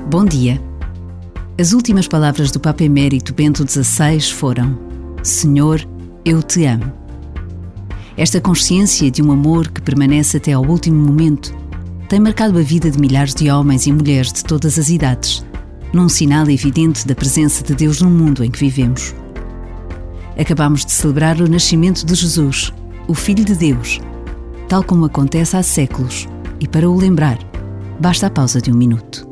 Bom dia. As últimas palavras do Papa Emérito Bento XVI foram: Senhor, eu te amo. Esta consciência de um amor que permanece até ao último momento tem marcado a vida de milhares de homens e mulheres de todas as idades, num sinal evidente da presença de Deus no mundo em que vivemos. Acabamos de celebrar o nascimento de Jesus, o Filho de Deus, tal como acontece há séculos, e para o lembrar, basta a pausa de um minuto.